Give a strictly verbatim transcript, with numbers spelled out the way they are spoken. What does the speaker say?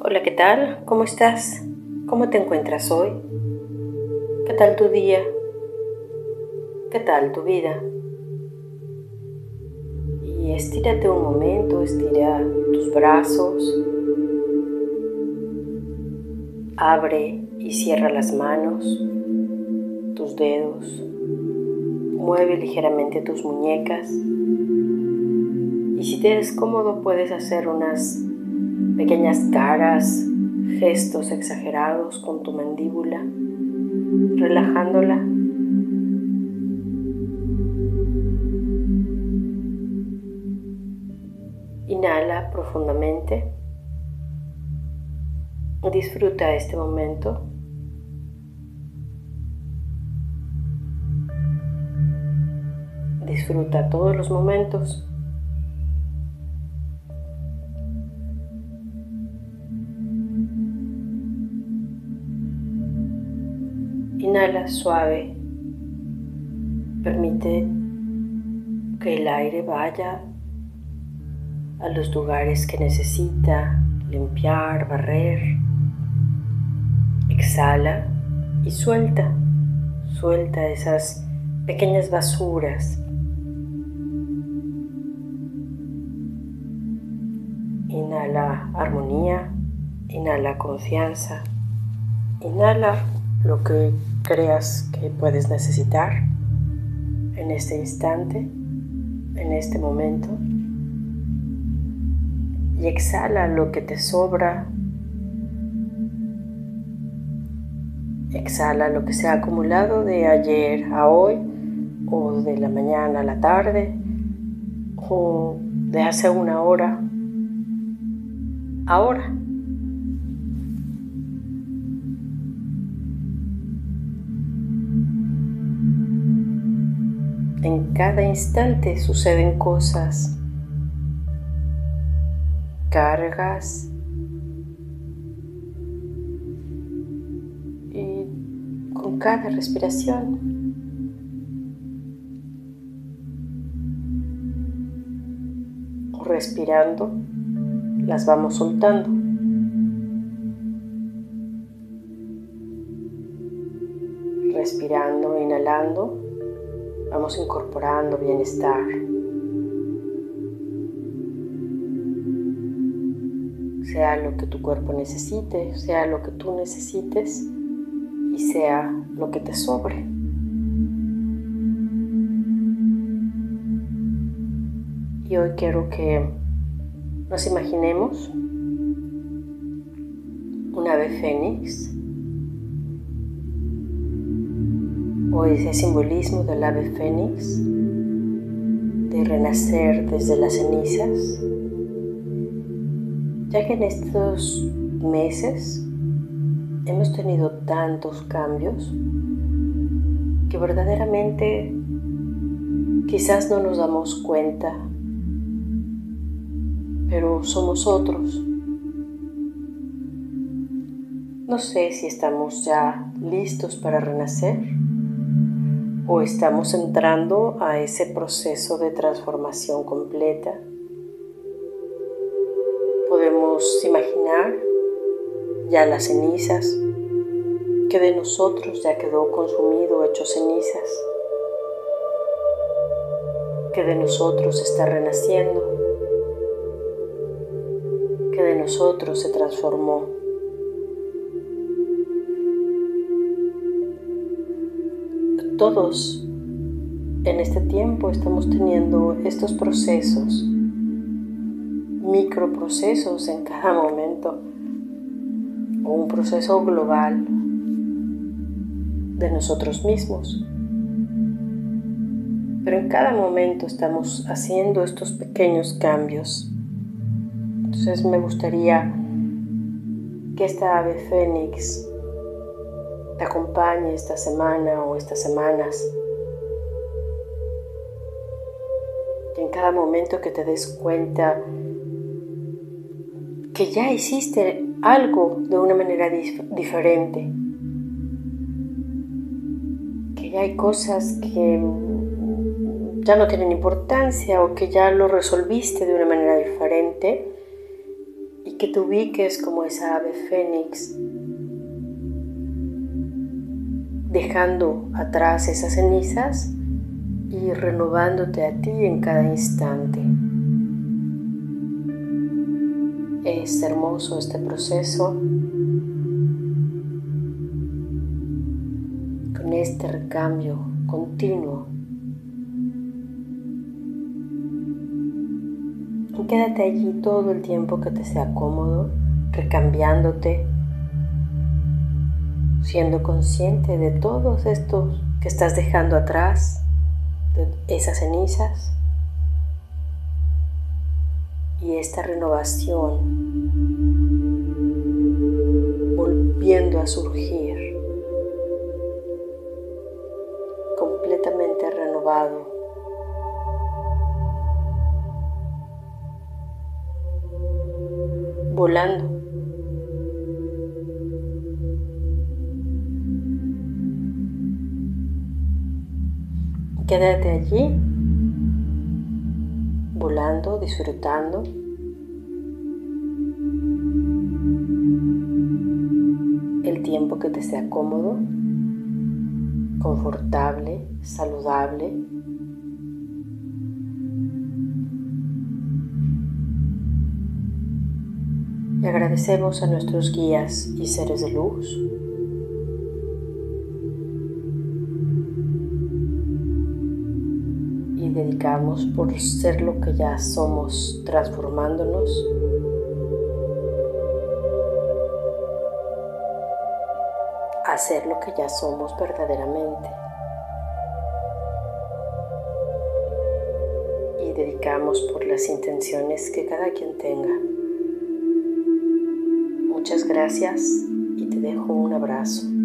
Hola, ¿qué tal? ¿Cómo estás? ¿Cómo te encuentras hoy? ¿Qué tal tu día? ¿Qué tal tu vida? Y estírate un momento, estira tus brazos, abre y cierra las manos, tus dedos, mueve ligeramente tus muñecas y si te es cómodo puedes hacer unas pequeñas caras, gestos exagerados con tu mandíbula, relajándola. Inhala profundamente. Disfruta este momento. Disfruta todos los momentos. Inhala suave. Permite que el aire vaya a los lugares que necesita limpiar, barrer. Exhala y suelta. Suelta esas pequeñas basuras. Inhala armonía, inhala confianza, inhala lo que creas que puedes necesitar en este instante, en este momento. Y exhala lo que te sobra. Exhala lo que se ha acumulado de ayer a hoy, o de la mañana a la tarde, o de hace una hora. Ahora. En cada instante suceden cosas, cargas y con cada respiración respirando las vamos soltando. Respirando, inhalando, vamos incorporando bienestar. Sea lo que tu cuerpo necesite, sea lo que tú necesites y sea lo que te sobre. Y hoy quiero que nos imaginemos un ave fénix. Hoy ese simbolismo del ave fénix, de renacer desde las cenizas, ya que en estos meses hemos tenido tantos cambios que verdaderamente quizás no nos damos cuenta, pero somos otros. No sé si estamos ya listos para renacer o estamos entrando a ese proceso de transformación completa. Podemos imaginar ya las cenizas, que de nosotros ya quedó consumido, hecho cenizas, que de nosotros está renaciendo, que de nosotros se transformó. Todos en este tiempo estamos teniendo estos procesos, microprocesos en cada momento, o un proceso global de nosotros mismos. Pero en cada momento estamos haciendo estos pequeños cambios. Entonces me gustaría que esta ave fénix te acompañe esta semana o estas semanas. Que en cada momento que te des cuenta que ya hiciste algo de una manera dif- diferente. Que ya hay cosas que ya no tienen importancia o que ya lo resolviste de una manera diferente que te ubiques como esa ave fénix, dejando atrás esas cenizas y renovándote a ti en cada instante. Es hermoso este proceso, con este recambio continuo. Y quédate allí todo el tiempo que te sea cómodo, recambiándote, siendo consciente de todos estos que estás dejando atrás, de esas cenizas y esta renovación volviendo a surgir completamente renovado. Volando. Quédate allí, volando, disfrutando. El tiempo que te sea cómodo, confortable, saludable. Y agradecemos a nuestros guías y seres de luz y dedicamos por ser lo que ya somos, transformándonos a ser lo que ya somos verdaderamente. Y dedicamos por las intenciones que cada quien tenga. Muchas gracias y te dejo un abrazo.